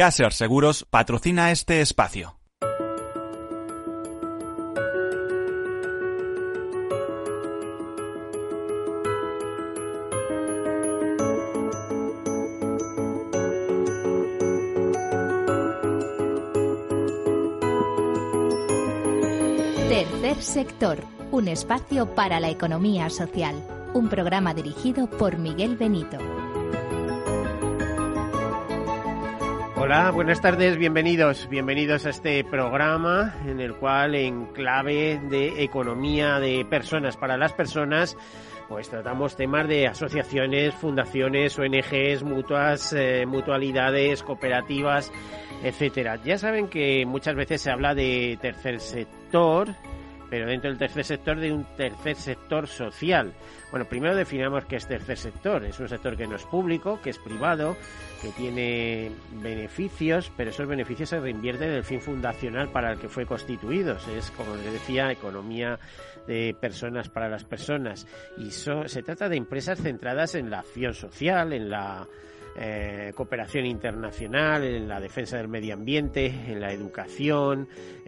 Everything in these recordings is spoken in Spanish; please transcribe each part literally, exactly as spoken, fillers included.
Caser Seguros patrocina este espacio. Tercer sector, un espacio para la economía social. Un programa dirigido por Miguel Benito. Hola, buenas tardes, bienvenidos, bienvenidos a este programa en el cual, en clave de economía de personas para las personas, pues tratamos temas de asociaciones, fundaciones, O N Ges, mutuas, eh, mutualidades, cooperativas, etcétera. Ya saben que muchas veces se habla de tercer sector, pero dentro del tercer sector de un tercer sector social. Bueno, primero definamos qué es tercer sector. Es un sector que no es público, que es privado, que tiene beneficios, pero esos beneficios se reinvierten en el fin fundacional para el que fue constituido. Es, como les decía, economía de personas para las personas. Y so, se trata de empresas centradas en la acción social, en la Eh, cooperación internacional, en la defensa del medio ambiente, en la educación,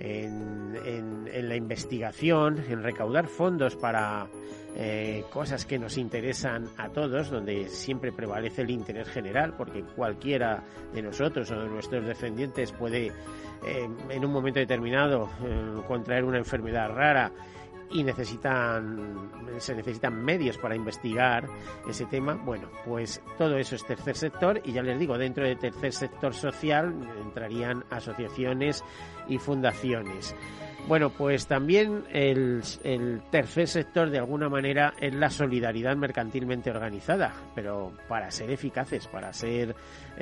en, en, en la investigación, en recaudar fondos para eh, cosas que nos interesan a todos, donde siempre prevalece el interés general, porque cualquiera de nosotros o de nuestros descendientes puede eh, en un momento determinado eh, contraer una enfermedad rara y necesitan se necesitan medios para investigar ese tema. Bueno, pues todo eso es tercer sector, y ya les digo, dentro del tercer sector social entrarían asociaciones y fundaciones. Bueno, pues también el, el tercer sector, de alguna manera, es la solidaridad mercantilmente organizada, pero para ser eficaces, para ser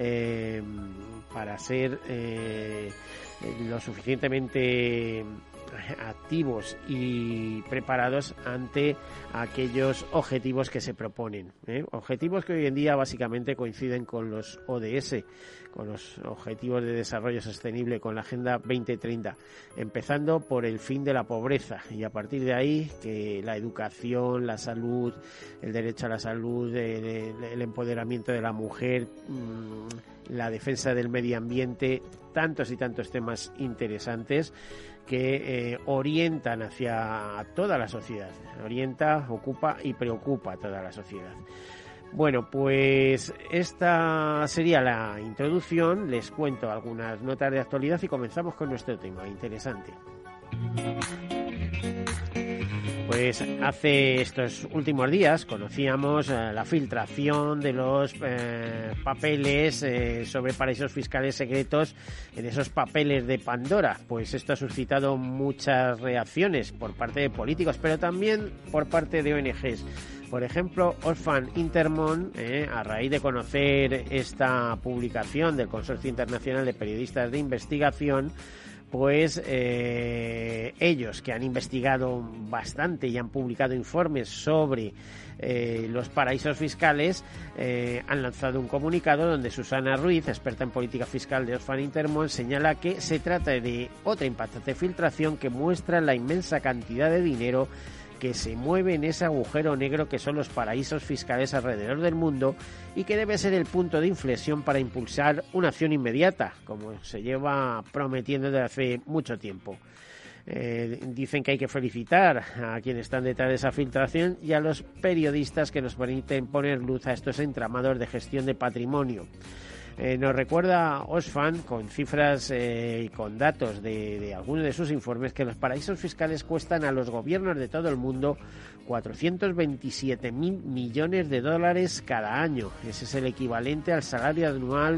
eh, para ser eh, lo suficientemente activos y preparados ante aquellos objetivos que se proponen, ¿eh? Objetivos que hoy en día básicamente coinciden con los O D S, con los Objetivos de Desarrollo Sostenible, con la Agenda veinte treinta, empezando por el fin de la pobreza, y a partir de ahí que la educación, la salud, el derecho a la salud, el, el empoderamiento de la mujer, la defensa del medio ambiente, tantos y tantos temas interesantes que eh, orientan hacia toda la sociedad, orienta, ocupa y preocupa a toda la sociedad. Bueno, pues esta sería la introducción. Les cuento algunas notas de actualidad y comenzamos con nuestro tema interesante. Pues hace estos últimos días conocíamos eh, la filtración de los eh, papeles eh, sobre paraísos fiscales secretos, en esos papeles de Pandora. Pues esto ha suscitado muchas reacciones por parte de políticos, pero también por parte de O N Ges. Por ejemplo, Oxfam Intermón, eh, a raíz de conocer esta publicación del Consorcio Internacional de Periodistas de Investigación, pues eh, ellos, que han investigado bastante y han publicado informes sobre eh, los paraísos fiscales, eh, han lanzado un comunicado donde Susana Ruiz, experta en política fiscal de Oxfam Intermón, señala que se trata de otra impactante filtración que muestra la inmensa cantidad de dinero que se mueve en ese agujero negro que son los paraísos fiscales alrededor del mundo, y que debe ser el punto de inflexión para impulsar una acción inmediata, como se lleva prometiendo desde hace mucho tiempo. Eh, dicen que hay que felicitar a quienes están detrás de esa filtración y a los periodistas que nos permiten poner luz a estos entramados de gestión de patrimonio. Eh, nos recuerda Oxfam, con cifras eh, y con datos de, de algunos de sus informes, que los paraísos fiscales cuestan a los gobiernos de todo el mundo cuatrocientos veintisiete mil millones de dólares cada año. Ese es el equivalente al salario anual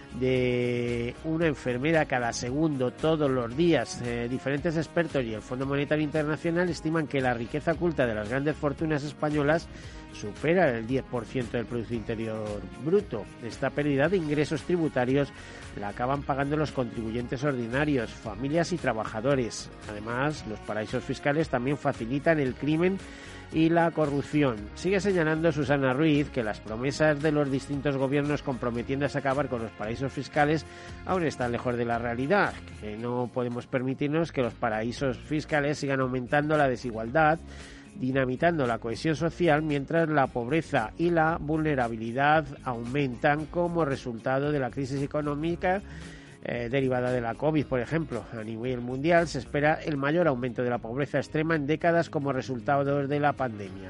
de una enfermera cada segundo, todos los días. Eh, diferentes expertos y el Fondo Monetario Internacional estiman que la riqueza oculta de las grandes fortunas españolas supera el diez por ciento del Producto Interior Bruto. Esta pérdida de ingresos tributarios la acaban pagando los contribuyentes ordinarios, familias y trabajadores. Además, los paraísos fiscales también facilitan el crimen y la corrupción. Sigue señalando Susana Ruiz que las promesas de los distintos gobiernos comprometiéndose a acabar con los paraísos fiscales aún están lejos de la realidad, que no podemos permitirnos que los paraísos fiscales sigan aumentando la desigualdad, dinamitando la cohesión social, mientras la pobreza y la vulnerabilidad aumentan como resultado de la crisis económica eh, derivada de la COVID, por ejemplo. A nivel mundial se espera el mayor aumento de la pobreza extrema en décadas como resultado de la pandemia.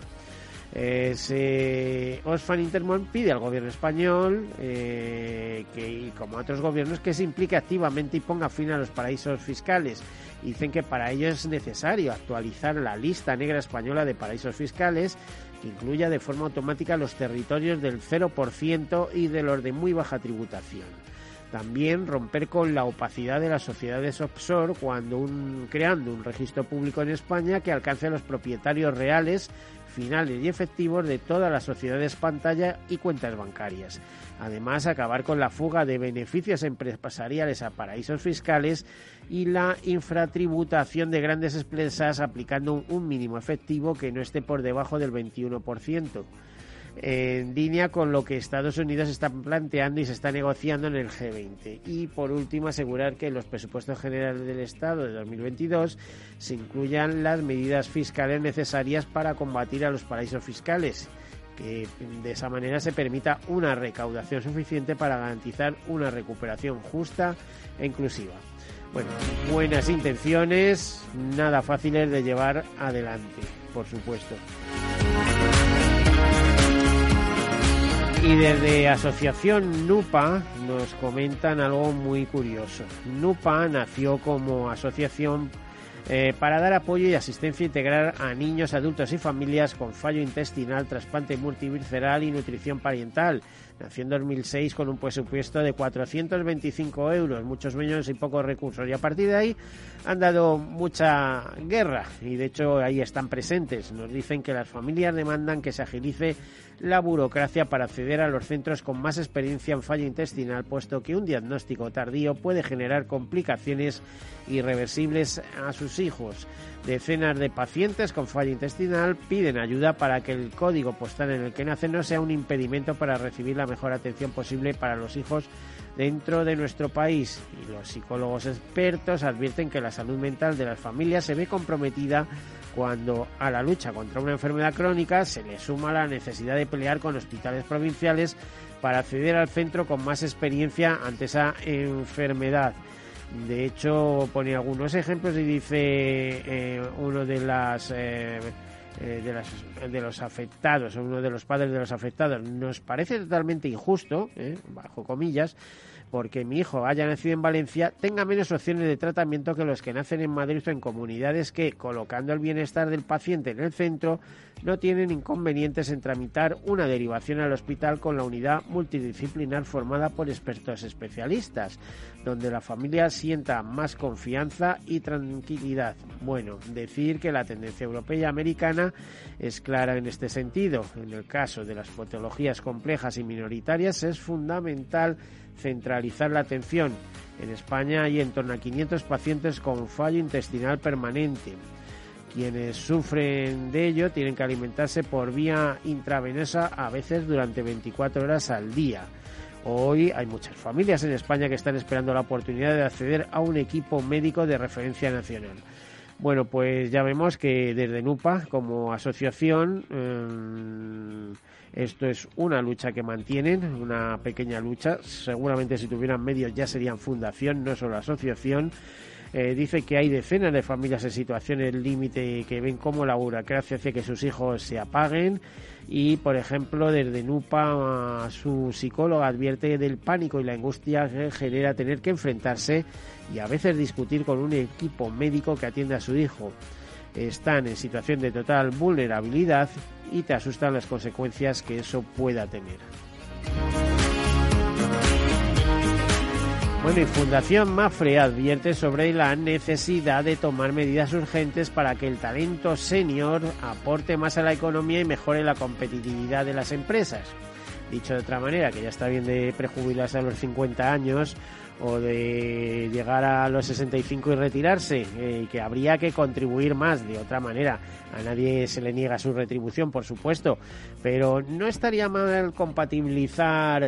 Eh, Oxfam Intermón pide al gobierno español, eh, que, y como a otros gobiernos, que se implique activamente y ponga fin a los paraísos fiscales. Dicen que para ello es necesario actualizar la lista negra española de paraísos fiscales, que incluya de forma automática los territorios del cero por ciento y de los de muy baja tributación. También romper con la opacidad de las sociedades offshore cuando un, creando un registro público en España que alcance a los propietarios reales, finales y efectivos de todas las sociedades pantalla y cuentas bancarias. Además, acabar con la fuga de beneficios empresariales a paraísos fiscales y la infratributación de grandes empresas aplicando un mínimo efectivo que no esté por debajo del veintiuno por ciento. En línea con lo que Estados Unidos está planteando y se está negociando en el G veinte. Y por último, asegurar que en los presupuestos generales del Estado de dos mil veintidós se incluyan las medidas fiscales necesarias para combatir a los paraísos fiscales, que de esa manera se permita una recaudación suficiente para garantizar una recuperación justa e inclusiva. Bueno, buenas intenciones, nada fáciles de llevar adelante, por supuesto. Y desde Asociación NUPA nos comentan algo muy curioso. NUPA nació como asociación eh, para dar apoyo y asistencia integral a niños, adultos y familias con fallo intestinal, trasplante multivisceral y nutrición parental. Nació en dos mil seis con un presupuesto de cuatrocientos veinticinco euros, muchos niños y pocos recursos. Y a partir de ahí han dado mucha guerra y de hecho ahí están presentes. Nos dicen que las familias demandan que se agilice la burocracia para acceder a los centros con más experiencia en fallo intestinal, puesto que un diagnóstico tardío puede generar complicaciones irreversibles a sus hijos. Decenas de pacientes con fallo intestinal piden ayuda para que el código postal en el que nacen no sea un impedimento para recibir la mejor atención posible para los hijos dentro de nuestro país. Y los psicólogos expertos advierten que la salud mental de las familias se ve comprometida cuando a la lucha contra una enfermedad crónica se le suma la necesidad de pelear con hospitales provinciales para acceder al centro con más experiencia ante esa enfermedad. De hecho, pone algunos ejemplos y dice eh, uno de las eh, eh, de, las, de los afectados, uno de los padres de los afectados, nos parece totalmente injusto, eh, bajo comillas, porque mi hijo haya nacido en Valencia tenga menos opciones de tratamiento que los que nacen en Madrid o en comunidades que, colocando el bienestar del paciente en el centro, no tienen inconvenientes en tramitar una derivación al hospital con la unidad multidisciplinar formada por expertos especialistas, donde la familia sienta más confianza y tranquilidad. Bueno, decir que la tendencia europea y americana es clara en este sentido. En el caso de las patologías complejas y minoritarias es fundamental centralizar la atención. En España hay en torno a quinientos pacientes con fallo intestinal permanente. Quienes sufren de ello tienen que alimentarse por vía intravenosa, a veces durante veinticuatro horas al día. Hoy hay muchas familias en España que están esperando la oportunidad de acceder a un equipo médico de referencia nacional. Bueno, pues ya vemos que desde NUPA, como asociación, eh, esto es una lucha que mantienen, una pequeña lucha. Seguramente si tuvieran medios ya serían fundación, no solo asociación. Eh, dice que hay decenas de familias en situaciones límite que ven cómo la burocracia hace que sus hijos se apaguen y, por ejemplo, desde NUPA su psicóloga advierte del pánico y la angustia que genera tener que enfrentarse y a veces discutir con un equipo médico que atiende a su hijo. Están en situación de total vulnerabilidad y te asustan las consecuencias que eso pueda tener. Bueno, y Fundación Mapfre advierte sobre la necesidad de tomar medidas urgentes para que el talento senior aporte más a la economía y mejore la competitividad de las empresas. Dicho de otra manera, que ya está bien de prejubilarse a los cincuenta años o de llegar a los sesenta y cinco y retirarse, eh, que habría que contribuir más de otra manera. A nadie se le niega su retribución, por supuesto, pero no estaría mal compatibilizar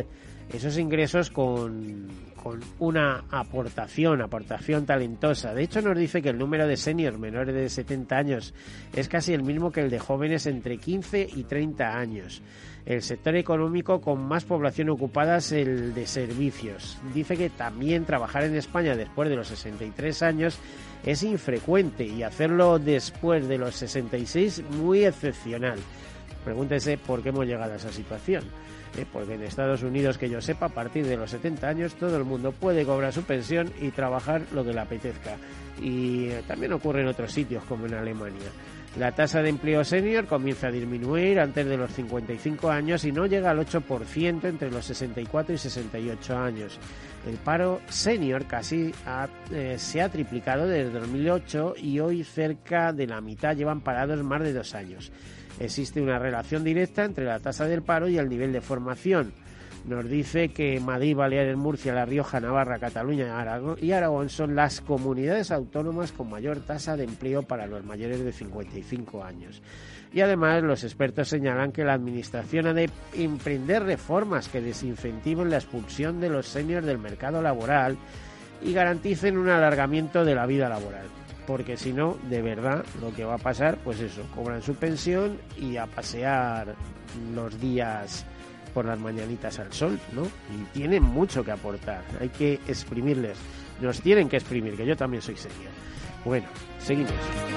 esos ingresos con, con una aportación, aportación talentosa. De hecho, nos dice que el número de seniors menores de setenta años es casi el mismo que el de jóvenes entre quince y treinta años. El sector económico con más población ocupada es el de servicios. Dice que también trabajar en España después de los sesenta y tres años es infrecuente y hacerlo después de los sesenta y seis muy excepcional. Pregúntese por qué hemos llegado a esa situación. ¿Eh? Porque en Estados Unidos, que yo sepa, a partir de los setenta años todo el mundo puede cobrar su pensión y trabajar lo que le apetezca. Y también ocurre en otros sitios, como en Alemania. La tasa de empleo senior comienza a disminuir antes de los cincuenta y cinco años y no llega al ocho por ciento entre los sesenta y cuatro y sesenta y ocho años. El paro senior casi ha, eh, se ha triplicado desde dos mil ocho y hoy cerca de la mitad llevan parados más de dos años. Existe una relación directa entre la tasa del paro y el nivel de formación. Nos dice que Madrid, Baleares, Murcia, La Rioja, Navarra, Cataluña y Aragón son las comunidades autónomas con mayor tasa de empleo para los mayores de cincuenta y cinco años. Y además los expertos señalan que la administración ha de emprender reformas que desincentiven la expulsión de los seniors del mercado laboral y garanticen un alargamiento de la vida laboral. Porque si no, de verdad, lo que va a pasar, pues eso, cobran su pensión y a pasear los días por las mañanitas al sol, ¿no? Y tienen mucho que aportar, hay que exprimirles, nos tienen que exprimir, que yo también soy senior. Bueno, seguimos.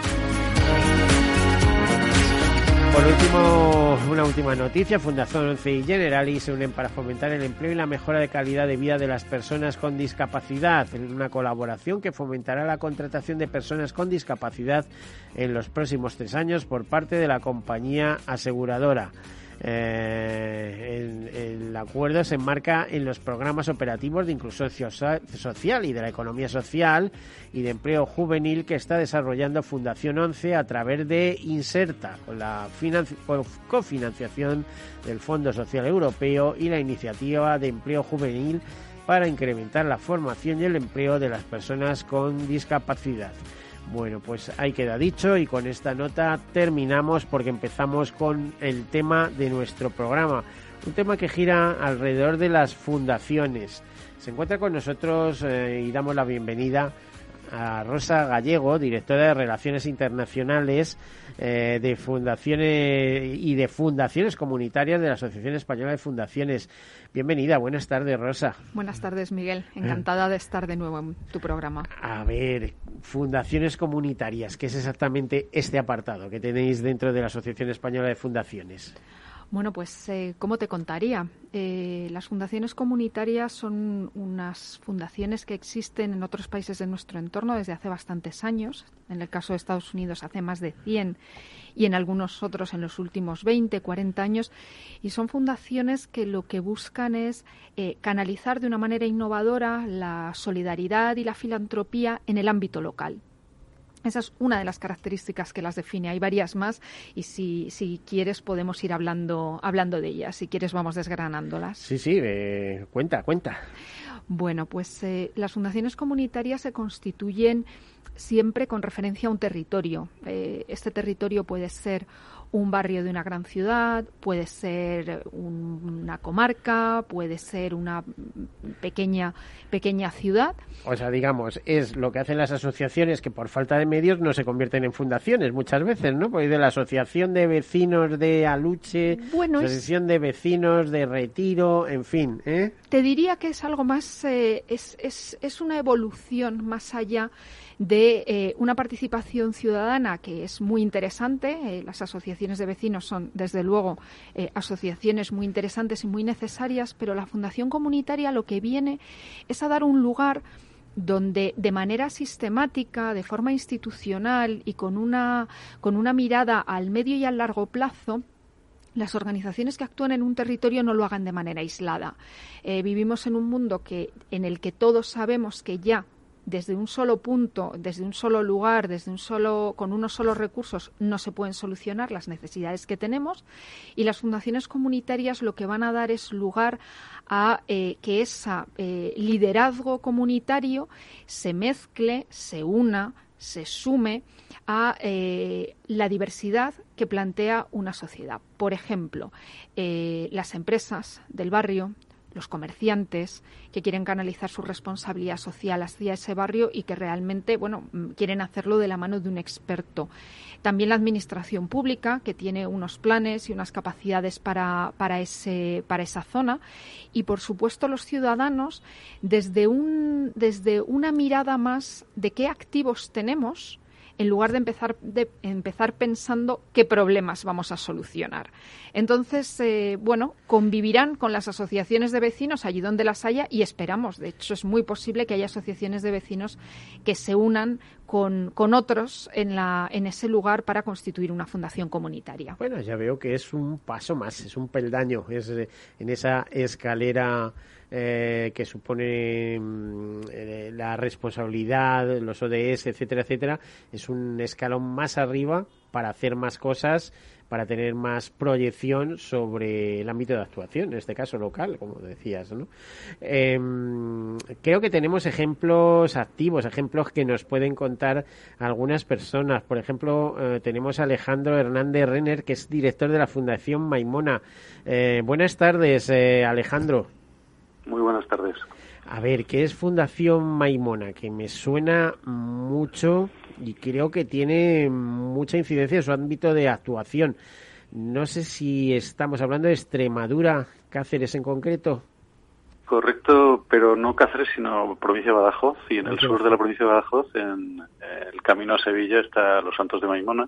Por último, una última noticia. Fundación once y Generali se unen para fomentar el empleo y la mejora de calidad de vida de las personas con discapacidad, en una colaboración que fomentará la contratación de personas con discapacidad en los próximos tres años por parte de la compañía aseguradora. Eh, el, el acuerdo se enmarca en los programas operativos de inclusión social y de la economía social y de empleo juvenil que está desarrollando Fundación once a través de Inserta, con la financi- con cofinanciación del Fondo Social Europeo y la iniciativa de empleo juvenil para incrementar la formación y el empleo de las personas con discapacidad. Bueno, pues ahí queda dicho y con esta nota terminamos porque empezamos con el tema de nuestro programa. Un tema que gira alrededor de las fundaciones. Se encuentra con nosotros eh, y damos la bienvenida a Rosa Gallego, directora de Relaciones Internacionales eh, de Fundaciones y de Fundaciones Comunitarias de la Asociación Española de Fundaciones. Bienvenida, buenas tardes, Rosa. Buenas tardes, Miguel. Encantada de estar de nuevo en tu programa. A ver, Fundaciones Comunitarias, ¿qué es exactamente este apartado que tenéis dentro de la Asociación Española de Fundaciones? Bueno, pues, eh, ¿cómo te contaría? Eh, las fundaciones comunitarias son unas fundaciones que existen en otros países de nuestro entorno desde hace bastantes años. En el caso de Estados Unidos hace más de cien y en algunos otros en los últimos veinte, cuarenta años. Y son fundaciones que lo que buscan es eh, canalizar de una manera innovadora la solidaridad y la filantropía en el ámbito local. Esa es una de las características que las define. Hay varias más y si, si quieres podemos ir hablando, hablando de ellas. Si quieres vamos desgranándolas. Sí, sí, eh, cuenta, cuenta. Bueno, pues eh, las fundaciones comunitarias se constituyen siempre con referencia a un territorio. Eh, este territorio puede ser un barrio de una gran ciudad, puede ser un, una comarca, puede ser una pequeña pequeña ciudad. O sea, digamos, es lo que hacen las asociaciones que por falta de medios no se convierten en fundaciones muchas veces, ¿no? Pues de la asociación de vecinos de Aluche, bueno, asociación es... de vecinos de Retiro, en fin, ¿eh? Te diría que es algo más, eh, es, es, es una evolución más allá de eh, una participación ciudadana que es muy interesante. Eh, las asociaciones de vecinos son, desde luego, eh, asociaciones muy interesantes y muy necesarias, pero la fundación comunitaria lo que viene es a dar un lugar donde de manera sistemática, de forma institucional y con una, con una mirada al medio y al largo plazo, las organizaciones que actúan en un territorio no lo hagan de manera aislada. Eh, vivimos en un mundo que, en el que todos sabemos que ya desde un solo punto, desde un solo lugar, desde un solo, con unos solos recursos no se pueden solucionar las necesidades que tenemos, y las fundaciones comunitarias lo que van a dar es lugar a eh, que ese eh, liderazgo comunitario se mezcle, se una, se sume a eh, la diversidad que plantea una sociedad. Por ejemplo, eh, las empresas del barrio, los comerciantes, que quieren canalizar su responsabilidad social hacia ese barrio y que realmente, bueno, quieren hacerlo de la mano de un experto. También la administración pública, que tiene unos planes y unas capacidades para, para, ese, para esa zona. Y, por supuesto, los ciudadanos, desde, un, desde una mirada más de qué activos tenemos, en lugar de empezar, de empezar pensando qué problemas vamos a solucionar. Entonces, eh, bueno, convivirán con las asociaciones de vecinos allí donde las haya y esperamos, de hecho, es muy posible que haya asociaciones de vecinos que se unan con, con otros en, la, en ese lugar para constituir una fundación comunitaria. Bueno, ya veo que es un paso más, es un peldaño, es eh, en esa escalera Eh, que supone eh, la responsabilidad, los O D S, etcétera, etcétera, es un escalón más arriba para hacer más cosas, para tener más proyección sobre el ámbito de actuación, en este caso local, como decías, ¿no? Eh, creo que tenemos ejemplos activos, ejemplos que nos pueden contar algunas personas. Por ejemplo, eh, tenemos a Alejandro Hernández Renner, que es director de la Fundación Maimona. Eh, buenas tardes, eh, Alejandro. Muy buenas tardes. A ver, ¿qué es Fundación Maimona? Que me suena mucho y creo que tiene mucha incidencia en su ámbito de actuación. No sé si estamos hablando de Extremadura, Cáceres en concreto. Correcto, pero no Cáceres, sino provincia de Badajoz. Y en el sur de la provincia de Badajoz, en el camino a Sevilla, está Los Santos de Maimona.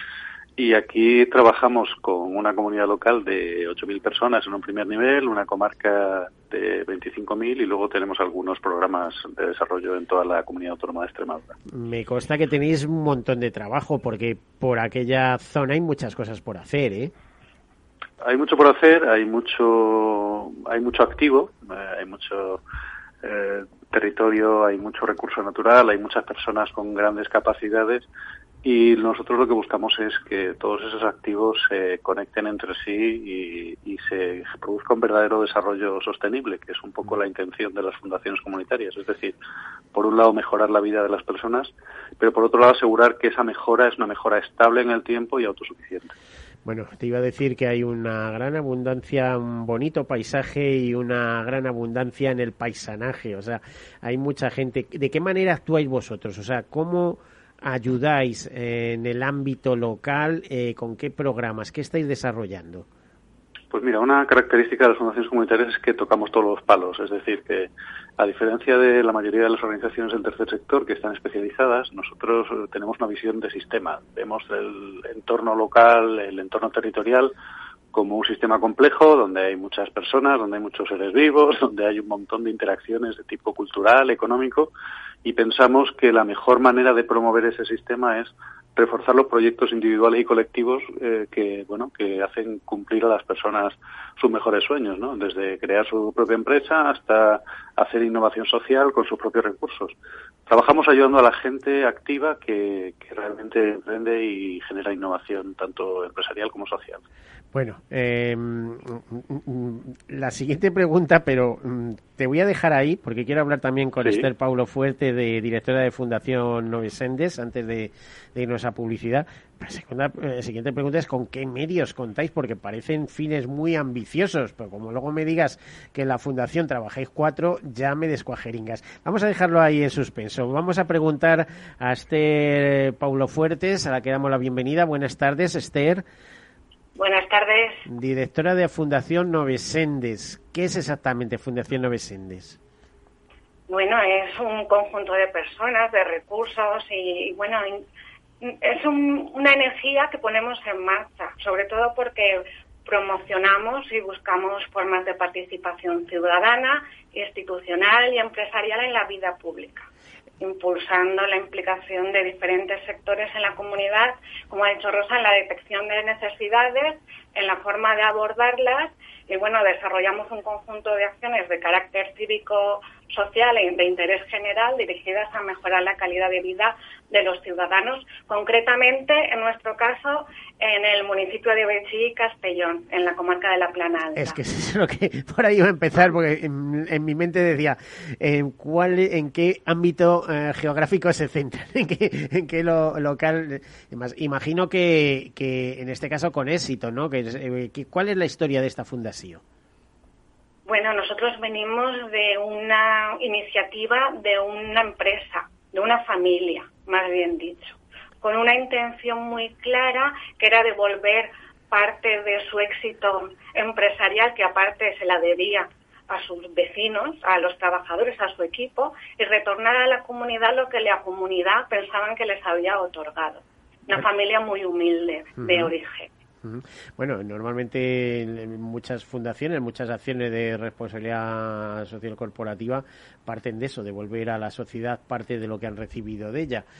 Y aquí trabajamos con una comunidad local de ocho mil personas en un primer nivel, una comarca de veinticinco mil y luego tenemos algunos programas de desarrollo en toda la comunidad autónoma de Extremadura. Me consta que tenéis un montón de trabajo porque por aquella zona hay muchas cosas por hacer, ¿eh? Hay mucho por hacer, hay mucho, hay mucho activo, eh, hay mucho eh, territorio, hay mucho recurso natural, hay muchas personas con grandes capacidades. Y nosotros lo que buscamos es que todos esos activos se conecten entre sí y, y se produzca un verdadero desarrollo sostenible, que es un poco la intención de las fundaciones comunitarias. Es decir, por un lado mejorar la vida de las personas, pero por otro lado asegurar que esa mejora es una mejora estable en el tiempo y autosuficiente. Bueno, te iba a decir que hay una gran abundancia, un bonito paisaje y una gran abundancia en el paisanaje. O sea, hay mucha gente. ¿De qué manera actuáis vosotros? O sea, ¿cómo ayudáis en el ámbito local? Eh, ¿Con qué programas? ¿Qué estáis desarrollando? Pues mira, una característica de las fundaciones comunitarias es que tocamos todos los palos, es decir, que a diferencia de la mayoría de las organizaciones del tercer sector que están especializadas, nosotros tenemos una visión de sistema. Vemos el entorno local, el entorno territorial como un sistema complejo donde hay muchas personas, donde hay muchos seres vivos, donde hay un montón de interacciones de tipo cultural, económico, y pensamos que la mejor manera de promover ese sistema es reforzar los proyectos individuales y colectivos eh, que, bueno, que hacen cumplir a las personas sus mejores sueños, ¿no? Desde crear su propia empresa hasta hacer innovación social con sus propios recursos. Trabajamos ayudando a la gente activa que, que realmente emprende y genera innovación tanto empresarial como social. Bueno, eh, la siguiente pregunta, pero te voy a dejar ahí porque quiero hablar también con sí. Esther Paulo Fuerte, de directora de Fundación Novesendes, antes de, de irnos a publicidad. La segunda, eh, siguiente pregunta es ¿con qué medios contáis? Porque parecen fines muy ambiciosos, pero como luego me digas que en la Fundación trabajáis cuatro, ya me descuajeringas. Vamos a dejarlo ahí en suspenso. Vamos a preguntar a Esther Paulo Fuertes, a la que damos la bienvenida. Buenas tardes, Esther. Buenas tardes. Directora de Fundación Novesendes. ¿Qué es exactamente Fundación Novesendes? Bueno, es un conjunto de personas, de recursos y, bueno, es un, una energía que ponemos en marcha, sobre todo porque promocionamos y buscamos formas de participación ciudadana, institucional y empresarial en la vida pública, impulsando la implicación de diferentes sectores en la comunidad, como ha dicho Rosa, en la detección de necesidades, en la forma de abordarlas, y bueno, desarrollamos un conjunto de acciones de carácter cívico, social e de interés general dirigidas a mejorar la calidad de vida de los ciudadanos, concretamente, en nuestro caso, en el municipio de Betxí y Castellón, en la comarca de la Plana Alta. Es que es lo que por ahí iba a empezar, porque en, en mi mente decía, ¿en cuál, en qué ámbito eh, geográfico se centran? ¿En qué, en qué lo, local? Además, imagino que, que en este caso con éxito, ¿no? Que, eh, que, ¿cuál es la historia de esta fundación? Bueno, nosotros venimos de una iniciativa de una empresa, de una familia, más bien dicho, con una intención muy clara que era devolver parte de su éxito empresarial, que aparte se la debía a sus vecinos, a los trabajadores, a su equipo, y retornar a la comunidad lo que la comunidad pensaban que les había otorgado. Una familia muy humilde de uh-huh. origen. Uh-huh. Bueno, normalmente en muchas fundaciones, muchas acciones de responsabilidad social corporativa parten de eso, de devolver a la sociedad parte de lo que han recibido de ella.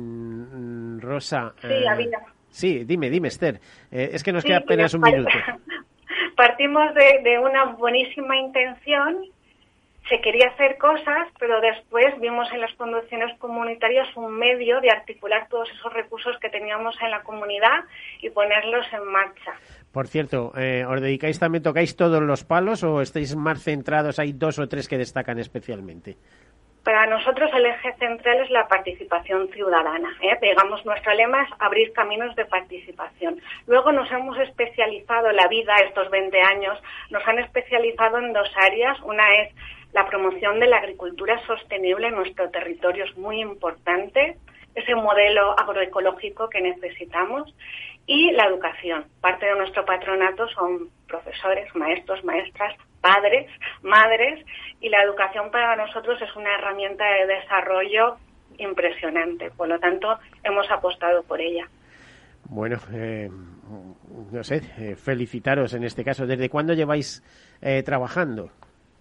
Mm, Rosa. Sí, eh, había. Sí, dime, dime, Esther. Eh, es que nos sí, queda apenas un minuto. Partimos de, de una buenísima intención, se quería hacer cosas, pero después vimos en las fundaciones comunitarias un medio de articular todos esos recursos que teníamos en la comunidad y ponerlos en marcha. Por cierto, eh, ¿os dedicáis también, tocáis todos los palos o estáis más centrados? ¿Hay dos o tres que destacan especialmente? Para nosotros el eje central es la participación ciudadana, ¿eh? Digamos, nuestro lema es abrir caminos de participación. Luego nos hemos especializado en la vida, estos veinte años, nos han especializado en dos áreas. Una es la promoción de la agricultura sostenible en nuestro territorio, es muy importante, ese modelo agroecológico que necesitamos, y la educación. Parte de nuestro patronato son profesores, maestros, maestras, padres, madres, y la educación para nosotros es una herramienta de desarrollo impresionante. Por lo tanto, hemos apostado por ella. Bueno, eh, no sé, eh, felicitaros en este caso. ¿Desde cuándo lleváis eh, trabajando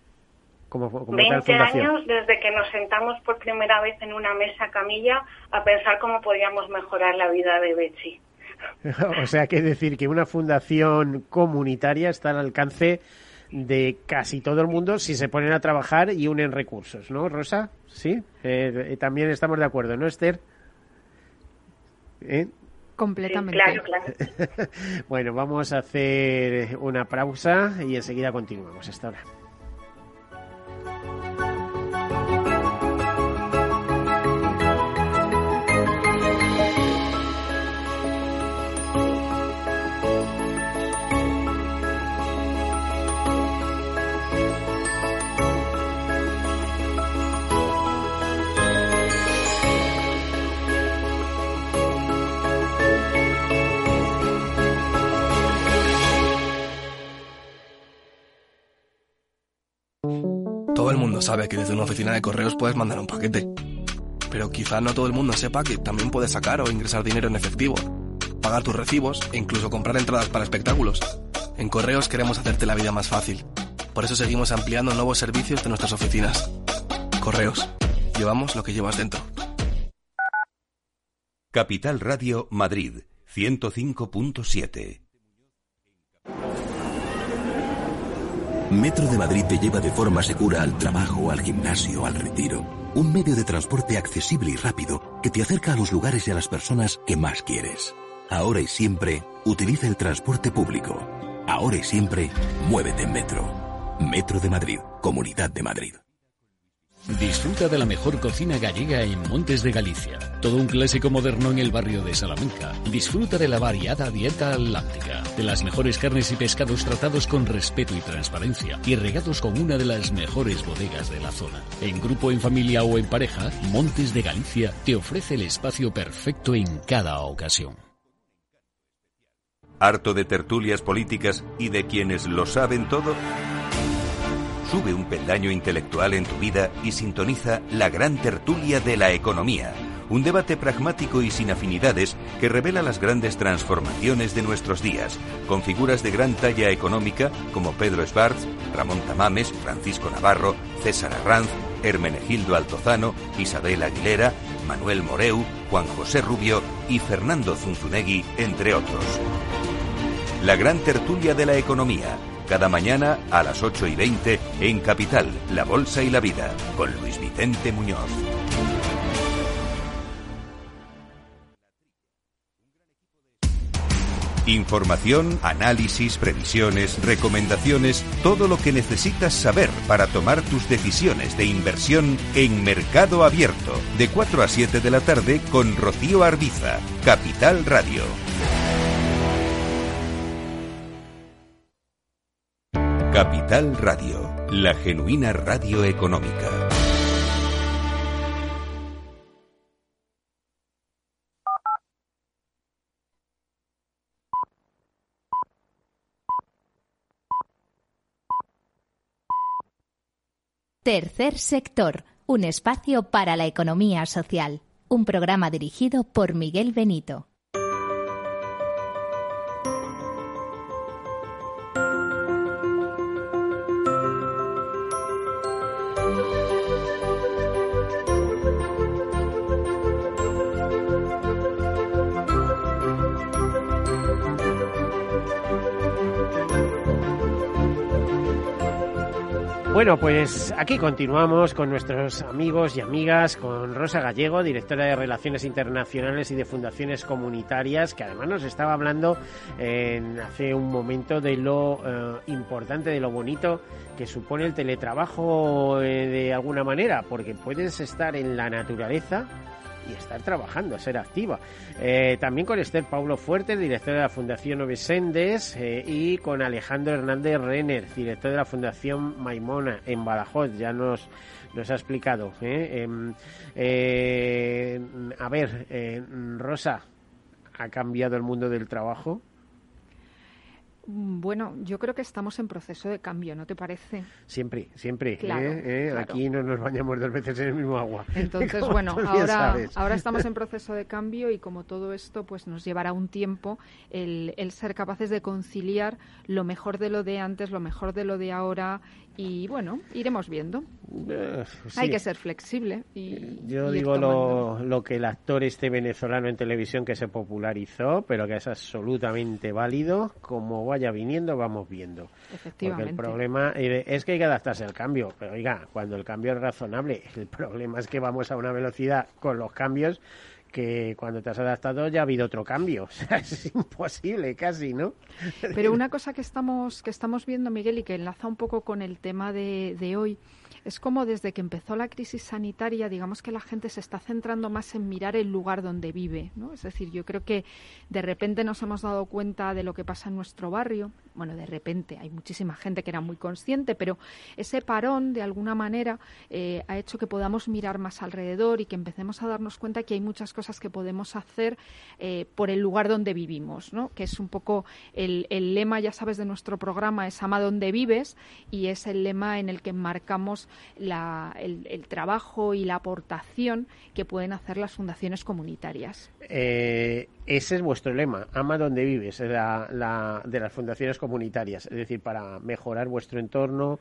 como, como tal fundación? veinte años desde que nos sentamos por primera vez en una mesa camilla a pensar cómo podíamos mejorar la vida de Betxi. O sea, que decir que una fundación comunitaria está al alcance de casi todo el mundo si se ponen a trabajar y unen recursos, ¿no, Rosa? Sí, eh, también estamos de acuerdo, ¿no, Esther? ¿Eh? Completamente. Sí, claro, claro. Bueno, vamos a hacer una pausa y enseguida continuamos. Hasta ahora. Todo el mundo sabe que desde una oficina de correos puedes mandar un paquete. Pero quizá no todo el mundo sepa que también puedes sacar o ingresar dinero en efectivo, pagar tus recibos e incluso comprar entradas para espectáculos. En Correos queremos hacerte la vida más fácil. Por eso seguimos ampliando nuevos servicios de nuestras oficinas. Correos. Llevamos lo que llevas dentro. Capital Radio Madrid, ciento cinco punto siete. Metro de Madrid te lleva de forma segura al trabajo, al gimnasio, al retiro. Un medio de transporte accesible y rápido que te acerca a los lugares y a las personas que más quieres. Ahora y siempre, utiliza el transporte público. Ahora y siempre, muévete en Metro. Metro de Madrid, Comunidad de Madrid. Disfruta de la mejor cocina gallega en Montes de Galicia. Todo un clásico moderno en el barrio de Salamanca. Disfruta de la variada dieta atlántica, de las mejores carnes y pescados tratados con respeto y transparencia y regados con una de las mejores bodegas de la zona. En grupo, en familia o en pareja, Montes de Galicia te ofrece el espacio perfecto en cada ocasión. ¿Harto de tertulias políticas y de quienes lo saben todo? Sube un peldaño intelectual en tu vida y sintoniza la gran tertulia de la economía, un debate pragmático y sin afinidades que revela las grandes transformaciones de nuestros días, con figuras de gran talla económica como Pedro Schwartz, Ramón Tamames, Francisco Navarro, César Arranz, Hermenegildo Altozano, Isabel Aguilera, Manuel Moreu, Juan José Rubio y Fernando Zunzunegui, entre otros. La gran tertulia de la economía, cada mañana a las ocho y veinte en Capital, La Bolsa y la Vida, con Luis Vicente Muñoz. Información, análisis, previsiones, recomendaciones, todo lo que necesitas saber para tomar tus decisiones de inversión en Mercado Abierto, de cuatro a siete de la tarde con Rocío Arbiza, Capital Radio. Capital Radio, la genuina radio económica. Tercer sector, un espacio para la economía social. Un programa dirigido por Miguel Benito. Bueno, pues aquí continuamos con nuestros amigos y amigas, con Rosa Gallego, directora de Relaciones Internacionales y de Fundaciones Comunitarias, que además nos estaba hablando en, hace un momento de lo eh, importante, de lo bonito que supone el teletrabajo eh, de alguna manera, porque puedes estar en la naturaleza y estar trabajando, ser activa. Eh, también con Esther Paulo Fuertes, directora de la Fundación Ovesendes, eh, y con Alejandro Hernández Renner, director de la Fundación Maimona en Badajoz. Ya nos, nos ha explicado. ¿eh? Eh, eh, a ver, eh, Rosa, ¿ha cambiado el mundo del trabajo? Bueno, yo creo que estamos en proceso de cambio, ¿no te parece? Siempre, siempre. Claro, ¿eh? ¿Eh? claro. Aquí no nos bañamos dos veces en el mismo agua. Entonces, bueno, ahora, ahora estamos en proceso de cambio y como todo esto pues nos llevará un tiempo el, el ser capaces de conciliar lo mejor de lo de antes, lo mejor de lo de ahora y, bueno, iremos viendo. Uh, sí. Hay que ser flexible. Y, Yo y digo lo, lo que el actor este venezolano en televisión que se popularizó, pero que es absolutamente válido, como vaya viniendo, vamos viendo. Efectivamente. Porque el problema es que hay que adaptarse al cambio, pero oiga, cuando el cambio es razonable, el problema es que vamos a una velocidad con los cambios que cuando te has adaptado ya ha habido otro cambio. O sea, es imposible casi, ¿no? Pero una cosa que estamos que estamos viendo, Miguel, y que enlaza un poco con el tema de, de hoy, es como desde que empezó la crisis sanitaria, digamos que la gente se está centrando más en mirar el lugar donde vive, ¿no? Es decir, yo creo que de repente nos hemos dado cuenta de lo que pasa en nuestro barrio. Bueno, de repente, hay muchísima gente que era muy consciente, pero ese parón, de alguna manera, eh, ha hecho que podamos mirar más alrededor y que empecemos a darnos cuenta que hay muchas cosas que podemos hacer eh, por el lugar donde vivimos, ¿no? Que es un poco el, el lema, ya sabes, de nuestro programa, es ama donde vives, y es el lema en el que enmarcamos la, el, el trabajo y la aportación que pueden hacer las fundaciones comunitarias. Eh, ese es vuestro lema, ama donde vives, la, la, de las fundaciones comunitarias, es decir, para mejorar vuestro entorno,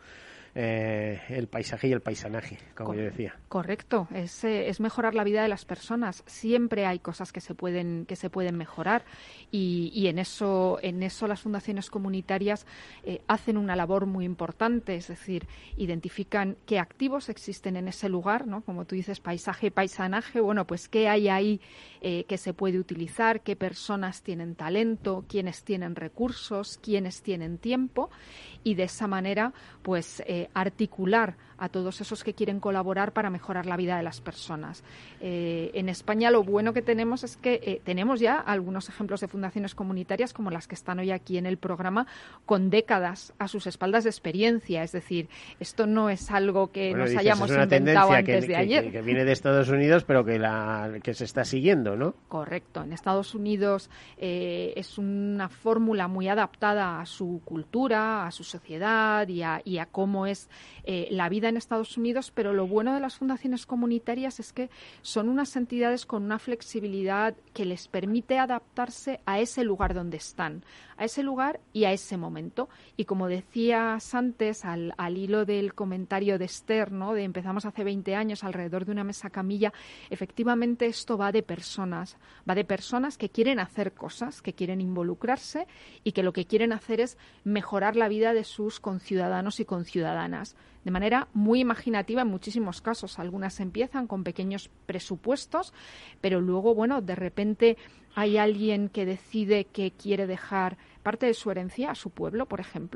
eh, el paisaje y el paisanaje, como Cor- yo decía. Correcto, es, eh, es mejorar la vida de las personas. Siempre hay cosas que se pueden que se pueden mejorar y, y en eso en eso las fundaciones comunitarias eh, hacen una labor muy importante, es decir, identifican qué activos existen en ese lugar, ¿no? Como tú dices, paisaje, paisanaje, bueno, pues qué hay ahí eh, que se puede utilizar, qué personas tienen talento, quiénes tienen recursos, quiénes tienen tiempo, y de esa manera, pues eh, articular a todos esos que quieren colaborar para mejorar la vida de las personas. Eh, en España lo bueno que tenemos es que eh, tenemos ya algunos ejemplos de fundaciones comunitarias como las que están hoy aquí en el programa con décadas a sus espaldas de experiencia. Es decir, esto no es algo que Bueno, nos dices, hayamos es una inventado tendencia antes que, de que, ayer. Que, que viene de Estados Unidos, pero que, la, que se está siguiendo, ¿no? Correcto. En Estados Unidos eh, es una fórmula muy adaptada a su cultura, a su sociedad y a, y a cómo es eh, la vida en Estados Unidos, pero lo bueno de las fundaciones comunitarias es que son unas entidades con una flexibilidad que les permite adaptarse a ese lugar donde están, a ese lugar y a ese momento. Y como decías antes, al, al hilo del comentario de Esther, ¿no? De empezamos hace veinte años alrededor de una mesa camilla, efectivamente esto va de personas, va de personas que quieren hacer cosas, que quieren involucrarse y que lo que quieren hacer es mejorar la vida de sus conciudadanos y conciudadanas. De manera muy imaginativa en muchísimos casos. Algunas empiezan con pequeños presupuestos, pero luego, bueno, de repente hay alguien que decide que quiere dejar parte de su herencia a su pueblo, por ejemplo,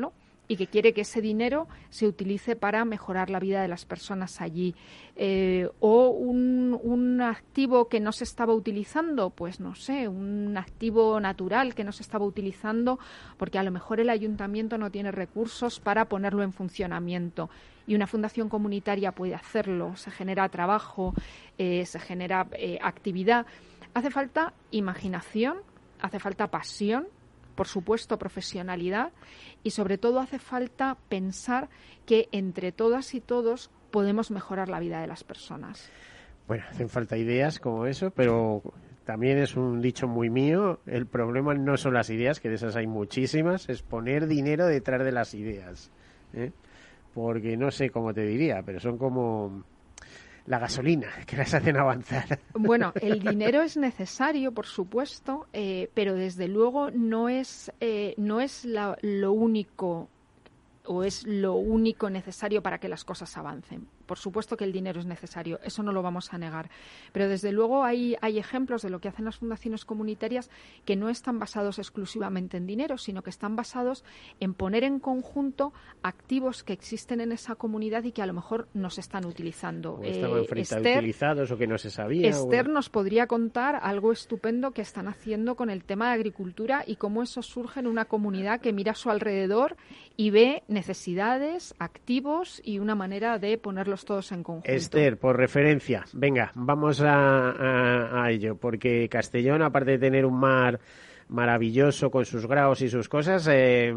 y que quiere que ese dinero se utilice para mejorar la vida de las personas allí. Eh, o un, un activo que no se estaba utilizando, pues no sé, un activo natural que no se estaba utilizando porque a lo mejor el ayuntamiento no tiene recursos para ponerlo en funcionamiento. Y una fundación comunitaria puede hacerlo, se genera trabajo, eh, se genera eh, actividad. Hace falta imaginación, hace falta pasión, por supuesto profesionalidad y sobre todo hace falta pensar que entre todas y todos podemos mejorar la vida de las personas. Bueno, hacen falta ideas como eso, pero también es un dicho muy mío, el problema no son las ideas, que de esas hay muchísimas, es poner dinero detrás de las ideas, ¿eh? Porque no sé cómo te diría, pero son como la gasolina, que las hacen avanzar. Bueno, el dinero es necesario, por supuesto, eh, pero desde luego no es, eh, no es la, lo único o es lo único necesario para que las cosas avancen. Por supuesto que el dinero es necesario, eso no lo vamos a negar. Pero desde luego hay, hay ejemplos de lo que hacen las fundaciones comunitarias que no están basados exclusivamente en dinero, sino que están basados en poner en conjunto activos que existen en esa comunidad y que a lo mejor no se están utilizando. O estaban eh, Esther, utilizados o que no se sabía. Esther o... nos podría contar algo estupendo que están haciendo con el tema de agricultura y cómo eso surge en una comunidad que mira a su alrededor y ve necesidades, activos y una manera de ponerlos todos en conjunto. Esther, por referencia, venga, vamos a, a, a ello, porque Castellón, aparte de tener un mar maravilloso con sus graos y sus cosas, eh,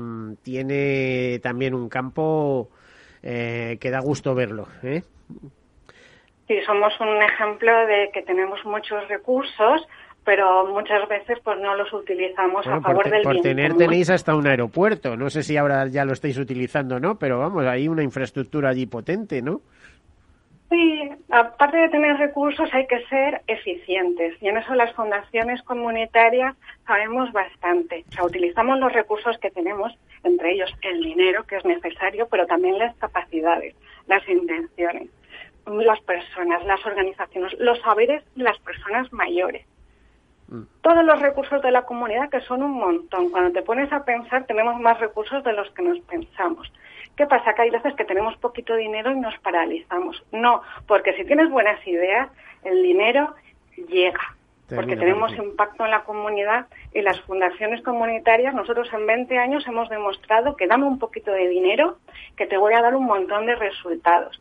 tiene también un campo eh, que da gusto verlo, ¿eh? Sí, somos un ejemplo de que tenemos muchos recursos, pero muchas veces pues no los utilizamos bueno, a favor por te, del por bien tener común. Tenéis hasta un aeropuerto, no sé si ahora ya lo estáis utilizando o no, pero vamos, hay una infraestructura allí potente, ¿no? Sí, aparte de tener recursos hay que ser eficientes y en eso las fundaciones comunitarias sabemos bastante. O sea, utilizamos los recursos que tenemos, entre ellos el dinero que es necesario, pero también las capacidades, las intenciones, las personas, las organizaciones, los saberes de las personas mayores. Todos los recursos de la comunidad, que son un montón. Cuando te pones a pensar, tenemos más recursos de los que nos pensamos. ¿Qué pasa? Que hay veces que tenemos poquito dinero y nos paralizamos. No, porque si tienes buenas ideas, el dinero llega. Porque tenemos impacto en la comunidad y las fundaciones comunitarias, nosotros en veinte años hemos demostrado que dame un poquito de dinero, que te voy a dar un montón de resultados.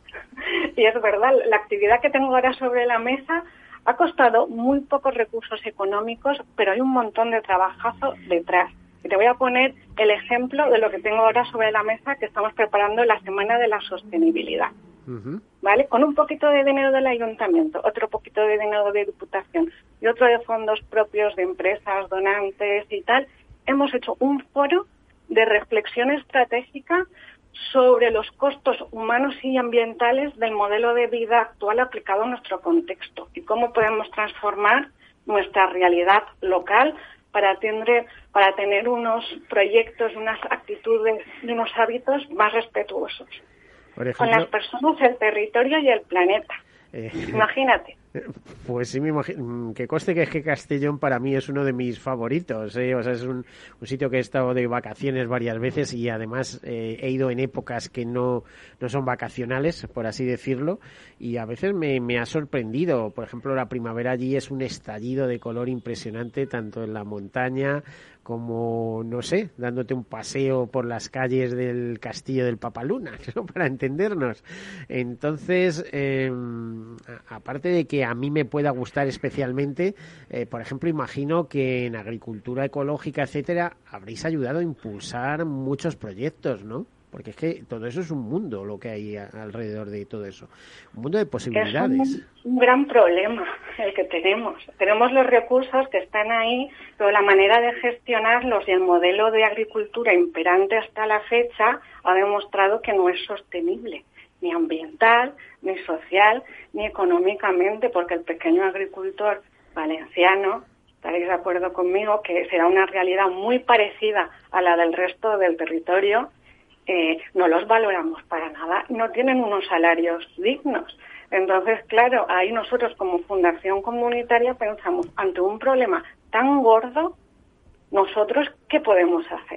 Y es verdad, la actividad que tengo ahora sobre la mesa ha costado muy pocos recursos económicos, pero hay un montón de trabajazo detrás. Y te voy a poner el ejemplo de lo que tengo ahora sobre la mesa, que estamos preparando la Semana de la Sostenibilidad. Uh-huh. ¿Vale? Con un poquito de dinero del ayuntamiento, otro poquito de dinero de diputación y otro de fondos propios de empresas, donantes y tal, hemos hecho un foro de reflexión estratégica sobre los costos humanos y ambientales del modelo de vida actual aplicado a nuestro contexto y cómo podemos transformar nuestra realidad local para tener, para tener unos proyectos, unas actitudes y unos hábitos más respetuosos. Por ejemplo, con las personas, el territorio y el planeta. Eh, Imagínate. Pues sí, me imagino. Que conste que es que Castellón para mí es uno de mis favoritos, ¿eh? O sea, es un, un sitio que he estado de vacaciones varias veces y además eh, he ido en épocas que no, no son vacacionales, por así decirlo, y a veces me, me ha sorprendido. Por ejemplo, la primavera allí es un estallido de color impresionante, tanto en la montaña como, no sé, dándote un paseo por las calles del castillo del Papaluna, ¿no? Para entendernos. Entonces, eh, aparte de que a mí me pueda gustar especialmente, eh, por ejemplo, imagino que en agricultura ecológica, etcétera, habréis ayudado a impulsar muchos proyectos, ¿no? Porque es que todo eso es un mundo, lo que hay a, alrededor de todo eso. Un mundo de posibilidades. Es un, un gran problema el que tenemos. Tenemos los recursos que están ahí, pero la manera de gestionarlos y el modelo de agricultura imperante hasta la fecha ha demostrado que no es sostenible, ni ambiental, ni social, ni económicamente, porque el pequeño agricultor valenciano, estaréis de acuerdo conmigo, que será una realidad muy parecida a la del resto del territorio, Eh, no los valoramos para nada, no tienen unos salarios dignos. Entonces, claro, ahí nosotros como fundación comunitaria pensamos, ante un problema tan gordo, nosotros, ¿qué podemos hacer?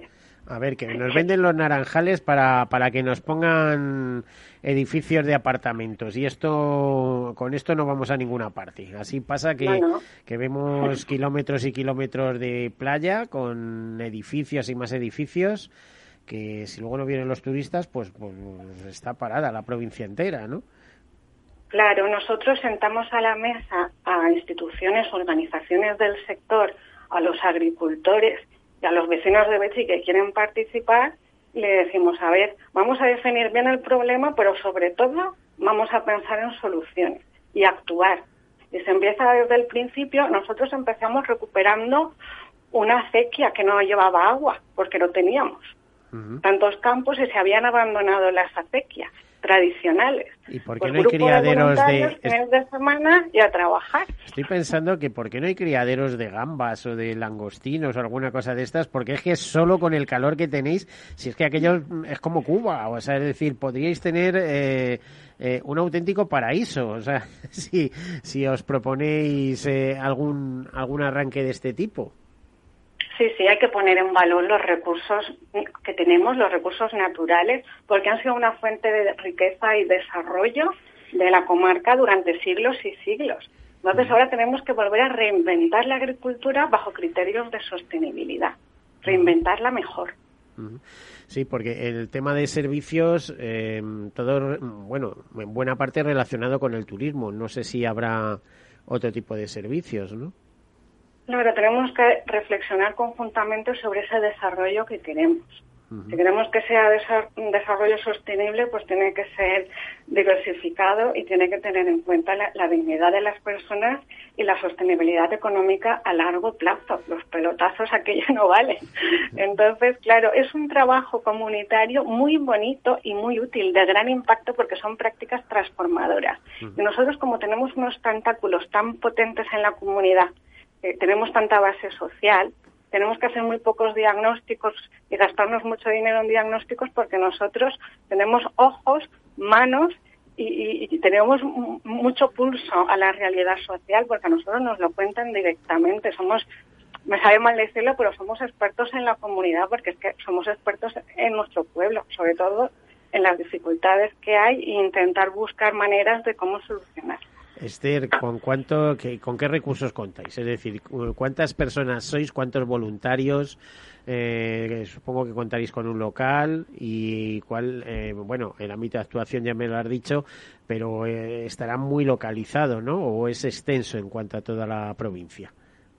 A ver, que nos venden los naranjales para, para que nos pongan edificios de apartamentos y esto con esto no vamos a ninguna parte. Así pasa que, no, no. que vemos kilómetros y kilómetros de playa con edificios y más edificios que si luego no vienen los turistas, pues, pues está parada la provincia entera, ¿no? Claro, nosotros sentamos a la mesa a instituciones, organizaciones del sector, a los agricultores y a los vecinos de Betxí que quieren participar, le decimos, a ver, vamos a definir bien el problema, pero sobre todo vamos a pensar en soluciones y actuar. Y se empieza desde el principio. Nosotros empezamos recuperando una acequia que no llevaba agua, porque no teníamos uh-huh. tantos campos y se habían abandonado las acequias tradicionales. ¿Y por qué pues no hay criaderos de, de... fines de semana y a trabajar? Estoy pensando que por qué no hay criaderos de gambas o de langostinos o alguna cosa de estas, porque es que solo con el calor que tenéis, si es que aquello es como Cuba, o sea, es decir, podríais tener eh, eh, un auténtico paraíso, o sea, si, si os proponéis eh, algún, algún arranque de este tipo. Sí, sí, hay que poner en valor los recursos que tenemos, los recursos naturales, porque han sido una fuente de riqueza y desarrollo de la comarca durante siglos y siglos. Entonces ahora tenemos que volver a reinventar la agricultura bajo criterios de sostenibilidad, reinventarla mejor. Sí, porque el tema de servicios, eh, todo, bueno, en buena parte relacionado con el turismo. No sé si habrá otro tipo de servicios, ¿no? Claro, tenemos que reflexionar conjuntamente sobre ese desarrollo que queremos. Uh-huh. Si queremos que sea un desarrollo sostenible, pues tiene que ser diversificado y tiene que tener en cuenta la, la dignidad de las personas y la sostenibilidad económica a largo plazo. Los pelotazos aquello no valen. Entonces, claro, es un trabajo comunitario muy bonito y muy útil, de gran impacto porque son prácticas transformadoras. Uh-huh. Y nosotros, como tenemos unos tentáculos tan potentes en la comunidad, Eh, tenemos tanta base social, tenemos que hacer muy pocos diagnósticos y gastarnos mucho dinero en diagnósticos porque nosotros tenemos ojos, manos y, y, y tenemos m- mucho pulso a la realidad social porque a nosotros nos lo cuentan directamente. Somos, me sabe mal decirlo, pero somos expertos en la comunidad porque es que somos expertos en nuestro pueblo, sobre todo en las dificultades que hay e intentar buscar maneras de cómo solucionar. Esther, ¿con cuánto, qué, con qué recursos contáis? Es decir, ¿cuántas personas sois? ¿Cuántos voluntarios? Eh, supongo que contaréis con un local y cuál, eh, bueno, el ámbito de actuación ya me lo has dicho, pero eh, estará muy localizado, ¿no? ¿O es extenso en cuanto a toda la provincia?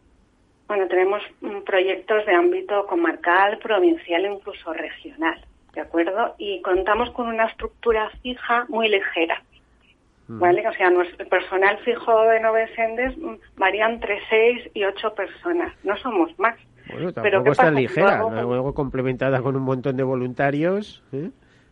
Bueno, tenemos proyectos de ámbito comarcal, provincial e incluso regional, ¿de acuerdo? Y contamos con una estructura fija muy ligera. ¿Vale? O sea, nuestro personal fijo de Novesendes varía entre seis y ocho personas. No somos más. Bueno, tampoco Pero es tan ligera, luego, ¿no? Luego complementada con un montón de voluntarios. ¿eh?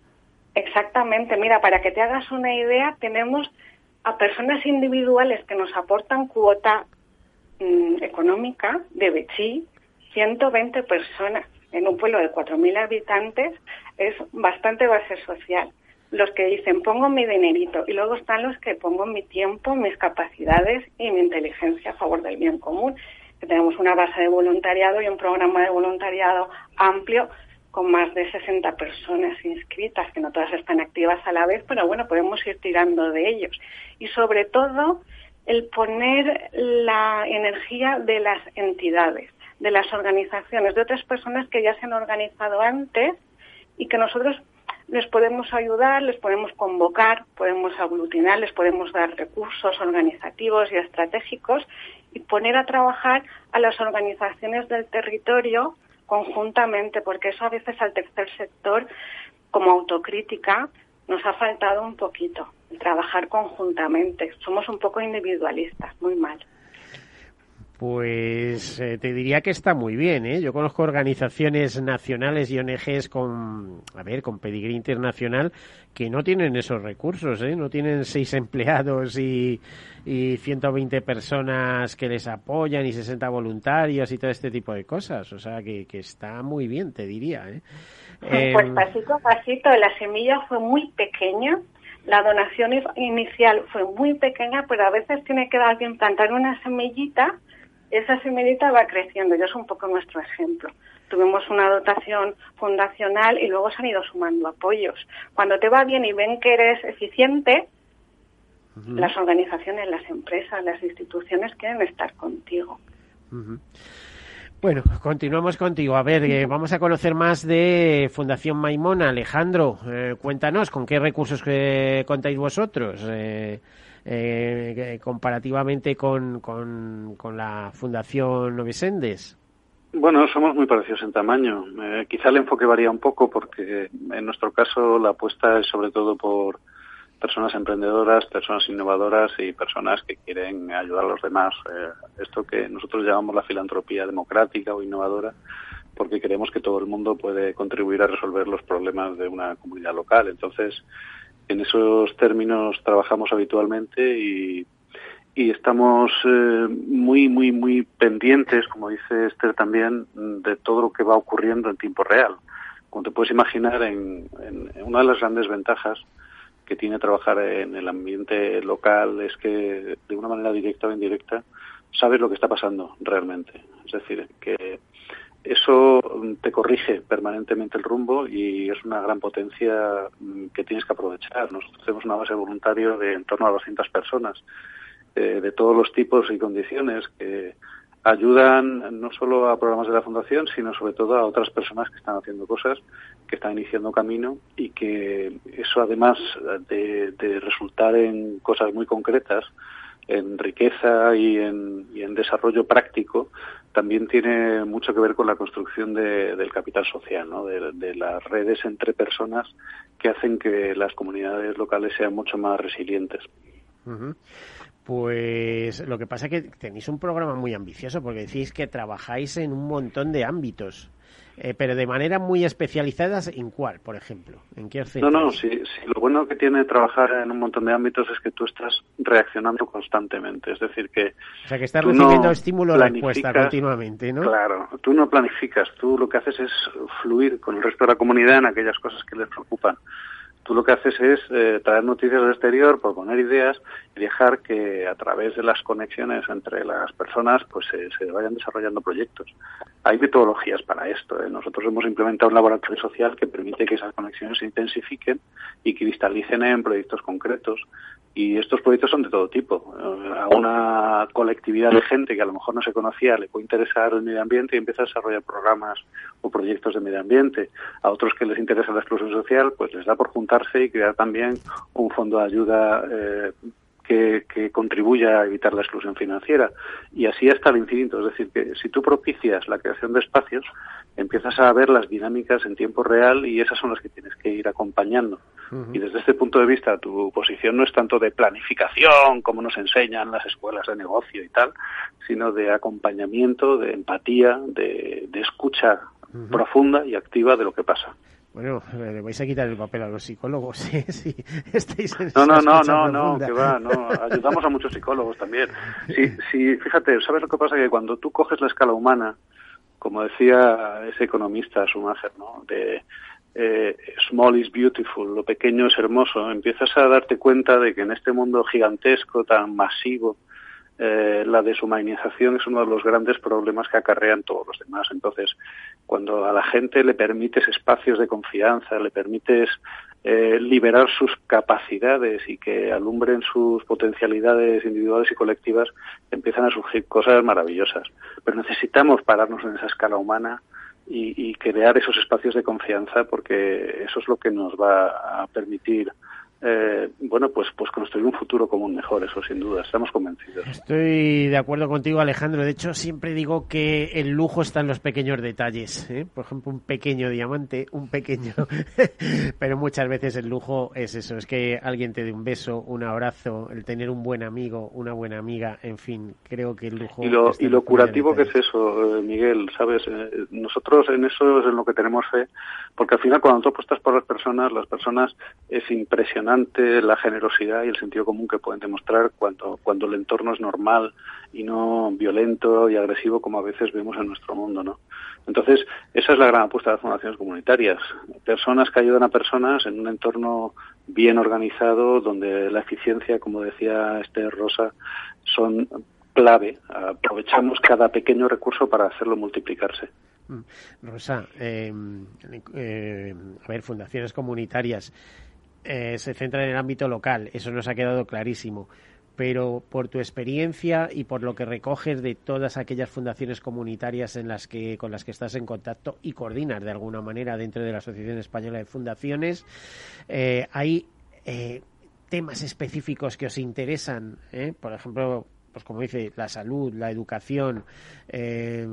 Exactamente. Mira, para que te hagas una idea, tenemos a personas individuales que nos aportan cuota mmm, económica de Betxí, ciento veinte personas. En un pueblo de cuatro mil habitantes es bastante base social. Los que dicen, pongo mi dinerito, y luego están los que pongo mi tiempo, mis capacidades y mi inteligencia a favor del bien común. Que tenemos una base de voluntariado y un programa de voluntariado amplio con más de sesenta personas inscritas, que no todas están activas a la vez, pero bueno, podemos ir tirando de ellos. Y sobre todo, el poner la energía de las entidades, de las organizaciones, de otras personas que ya se han organizado antes y que nosotros les podemos ayudar, les podemos convocar, podemos aglutinar, les podemos dar recursos organizativos y estratégicos y poner a trabajar a las organizaciones del territorio conjuntamente, porque eso a veces al tercer sector, como autocrítica, nos ha faltado un poquito, el trabajar conjuntamente. Somos un poco individualistas, muy mal. Pues eh, te diría que está muy bien, ¿eh? Yo conozco organizaciones nacionales y O N Ges con, a ver, con pedigrí internacional que no tienen esos recursos, ¿eh? No tienen seis empleados y, y ciento veinte personas que les apoyan y sesenta voluntarios y todo este tipo de cosas. O sea, que, que está muy bien, te diría, ¿eh? Pues pasito a pasito, la semilla fue muy pequeña. La donación inicial fue muy pequeña, pero a veces tiene que alguien plantar una semillita. Esa semillita va creciendo y es un poco nuestro ejemplo. tuvimos una dotación fundacional y luego se han ido sumando apoyos. Cuando te va bien y ven que eres eficiente, uh-huh. las organizaciones, las empresas, las instituciones quieren estar contigo. Uh-huh. Bueno, continuamos contigo. A ver, eh, vamos a conocer más de Fundación Maimona. Alejandro, eh, cuéntanos, ¿con qué recursos eh, contáis vosotros eh, eh, comparativamente con, con, con la Fundación Novesendes? Bueno, somos muy parecidos en tamaño. Eh, quizá el enfoque varía un poco porque en nuestro caso la apuesta es sobre todo por personas emprendedoras, personas innovadoras y personas que quieren ayudar a los demás. Eh, esto que nosotros llamamos la filantropía democrática o innovadora, porque creemos que todo el mundo puede contribuir a resolver los problemas de una comunidad local. Entonces, en esos términos trabajamos habitualmente y, y estamos eh, muy, muy, muy pendientes, como dice Esther también, de todo lo que va ocurriendo en tiempo real. Como te puedes imaginar, en, en, en una de las grandes ventajas que tiene trabajar en el ambiente local es que de una manera directa o indirecta sabes lo que está pasando realmente. Es decir, que eso te corrige permanentemente el rumbo y es una gran potencia que tienes que aprovechar. Nosotros tenemos una base de voluntarios de en torno a doscientas personas, eh, de todos los tipos y condiciones, que ayudan no solo a programas de la Fundación, sino sobre todo a otras personas que están haciendo cosas, que están iniciando camino y que eso, además de, de resultar en cosas muy concretas, en riqueza y en, y en desarrollo práctico, también tiene mucho que ver con la construcción de, del capital social, ¿no? de, de las redes entre personas que hacen que las comunidades locales sean mucho más resilientes. Uh-huh. Pues lo que pasa es que tenéis un programa muy ambicioso, porque decís que trabajáis en un montón de ámbitos, eh, pero de manera muy especializadas. ¿En cuál, por ejemplo? ¿En qué centros? No, no, sí, sí, lo bueno que tiene trabajar en un montón de ámbitos es que tú estás reaccionando constantemente, es decir que... O sea, que estás recibiendo no estímulo de respuesta continuamente, ¿no? Claro, tú no planificas, tú lo que haces es fluir con el resto de la comunidad en aquellas cosas que les preocupan. Tú lo que haces es eh, traer noticias del exterior, proponer ideas y dejar que a través de las conexiones entre las personas pues eh, se vayan desarrollando proyectos. Hay metodologías para esto. ¿eh? Nosotros hemos implementado un laboratorio social que permite que esas conexiones se intensifiquen y cristalicen en proyectos concretos. Y estos proyectos son de todo tipo. A una colectividad de gente que a lo mejor no se conocía le puede interesar el medio ambiente y empieza a desarrollar programas o proyectos de medio ambiente. A otros que les interesa la exclusión social, pues les da por juntarse y crear también un fondo de ayuda eh, que, que contribuya a evitar la exclusión financiera. Y así hasta el infinito. Es decir, que si tú propicias la creación de espacios, empiezas a ver las dinámicas en tiempo real y esas son las que tienes que ir acompañando. Uh-huh. Y desde este punto de vista, tu posición no es tanto de planificación, como nos enseñan las escuelas de negocio y tal, sino de acompañamiento, de empatía, de, de escucha uh-huh. profunda y activa de lo que pasa. Bueno, le vais a quitar el papel a los psicólogos, ¿eh? Si estáis en no, no, no, no, no, que va, no, ayudamos a muchos psicólogos también. Sí, sí, fíjate, ¿sabes lo que pasa? Que cuando tú coges la escala humana, como decía ese economista Schumacher, ¿no? De eh, small is beautiful, lo pequeño es hermoso, empiezas a darte cuenta de que en este mundo gigantesco, tan masivo, Eh, la deshumanización es uno de los grandes problemas que acarrean todos los demás. Entonces, cuando a la gente le permites espacios de confianza, le permites eh, liberar sus capacidades y que alumbren sus potencialidades individuales y colectivas, empiezan a surgir cosas maravillosas. Pero necesitamos pararnos en esa escala humana y, y crear esos espacios de confianza, porque eso es lo que nos va a permitir Eh, bueno, pues pues construir un futuro común mejor, eso sin duda, estamos convencidos. Estoy de acuerdo contigo, Alejandro. De hecho, siempre digo que el lujo está en los pequeños detalles, ¿eh? Por ejemplo, un pequeño diamante, un pequeño... Pero muchas veces el lujo es eso, es que alguien te dé un beso, un abrazo, el tener un buen amigo, una buena amiga, en fin, creo que el lujo... Y lo, y lo curativo que es eso, eh, Miguel, ¿sabes? Eh, nosotros en eso es en lo que tenemos fe, porque al final cuando tú apuestas por las personas, las personas es impresionante la generosidad y el sentido común que pueden demostrar cuando, cuando el entorno es normal y no violento y agresivo como a veces vemos en nuestro mundo, ¿no? Entonces, esa es la gran apuesta de las fundaciones comunitarias. Personas que ayudan a personas en un entorno bien organizado, donde la eficiencia, como decía Esther Rosa, son clave. Aprovechamos cada pequeño recurso para hacerlo multiplicarse. Rosa, eh, eh, a ver, fundaciones comunitarias eh, se centran en el ámbito local, eso nos ha quedado clarísimo, pero por tu experiencia y por lo que recoges de todas aquellas fundaciones comunitarias en las que con las que estás en contacto y coordinas de alguna manera dentro de la Asociación Española de Fundaciones, eh, hay eh, temas específicos que os interesan, ¿eh? Por ejemplo, pues como dice, la salud, la educación, eh,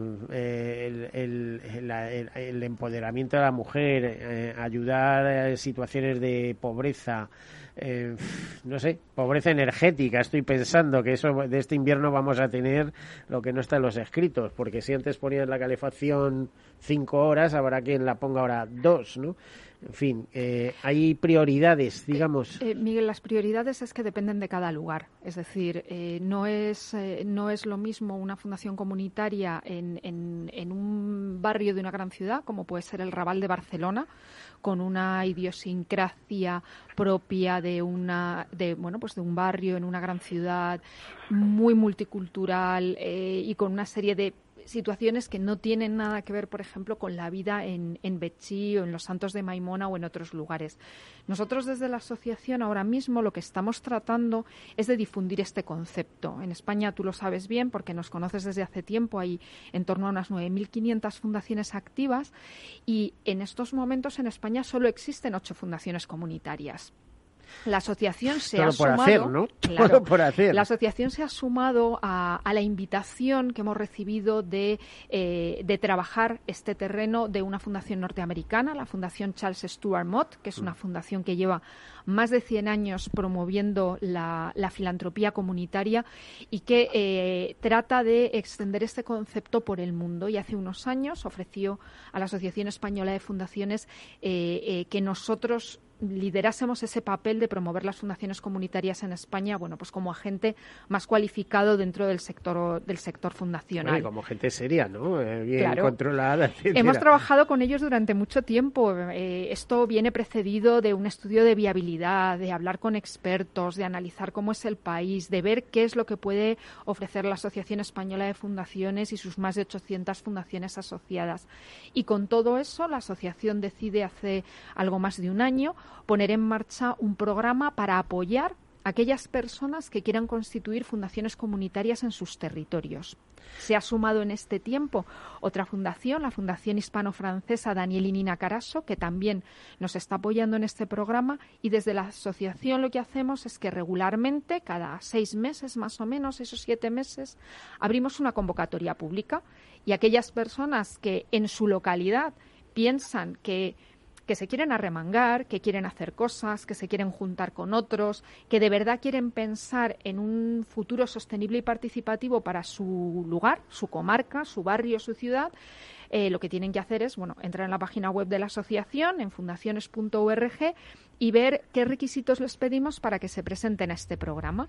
el, el, la, el, el empoderamiento de la mujer, eh, ayudar a situaciones de pobreza, eh, no sé, pobreza energética. Estoy pensando que eso de este invierno vamos a tener lo que no está en los escritos, porque si antes ponían la calefacción cinco horas, habrá quien la ponga ahora dos, ¿no? En fin, eh, hay prioridades, digamos. Eh, eh, Miguel, las prioridades es que dependen de cada lugar. Es decir, eh, no es eh, no es lo mismo una fundación comunitaria en, en, en un barrio de una gran ciudad, como puede ser el Raval de Barcelona, con una idiosincrasia propia de una de bueno pues de un barrio en una gran ciudad, muy multicultural eh, y con una serie de situaciones que no tienen nada que ver, por ejemplo, con la vida en, en Betxí o en los Santos de Maimona o en otros lugares. Nosotros desde la asociación ahora mismo lo que estamos tratando es de difundir este concepto. En España tú lo sabes bien porque nos conoces desde hace tiempo, hay en torno a unas nueve mil quinientas fundaciones activas y en estos momentos en España solo existen ocho fundaciones comunitarias. La asociación se Todo ha por sumado, hacer, ¿no? claro, Todo por hacer. La asociación se ha sumado a, a la invitación que hemos recibido de, eh, de trabajar este terreno de una fundación norteamericana, la Fundación Charles Stuart Mott, que es una fundación que lleva más de cien años promoviendo la, la filantropía comunitaria y que eh, trata de extender este concepto por el mundo. Y hace unos años ofreció a la Asociación Española de Fundaciones eh, eh, que nosotros liderásemos ese papel de promover las fundaciones comunitarias en España, bueno, pues como agente más cualificado dentro del sector del sector fundacional. Bueno, y como gente seria, ¿no? Eh, bien claro. controlada, etcétera. Hemos trabajado con ellos durante mucho tiempo. Eh, esto viene precedido de un estudio de viabilidad, de hablar con expertos, de analizar cómo es el país, de ver qué es lo que puede ofrecer la Asociación Española de Fundaciones y sus más de ochocientas fundaciones asociadas. Y con todo eso, la asociación decide hace algo más de un año poner en marcha un programa para apoyar a aquellas personas que quieran constituir fundaciones comunitarias en sus territorios. Se ha sumado en este tiempo otra fundación, la Fundación Hispano-Francesa Daniel y Nina Carasso, que también nos está apoyando en este programa, y desde la asociación lo que hacemos es que regularmente, cada seis meses más o menos, esos siete meses, abrimos una convocatoria pública y aquellas personas que en su localidad piensan que que se quieren arremangar, que quieren hacer cosas, que se quieren juntar con otros, que de verdad quieren pensar en un futuro sostenible y participativo para su lugar, su comarca, su barrio, su ciudad, eh, lo que tienen que hacer es, bueno, entrar en la página web de la asociación, en fundaciones punto org, y ver qué requisitos les pedimos para que se presenten a este programa.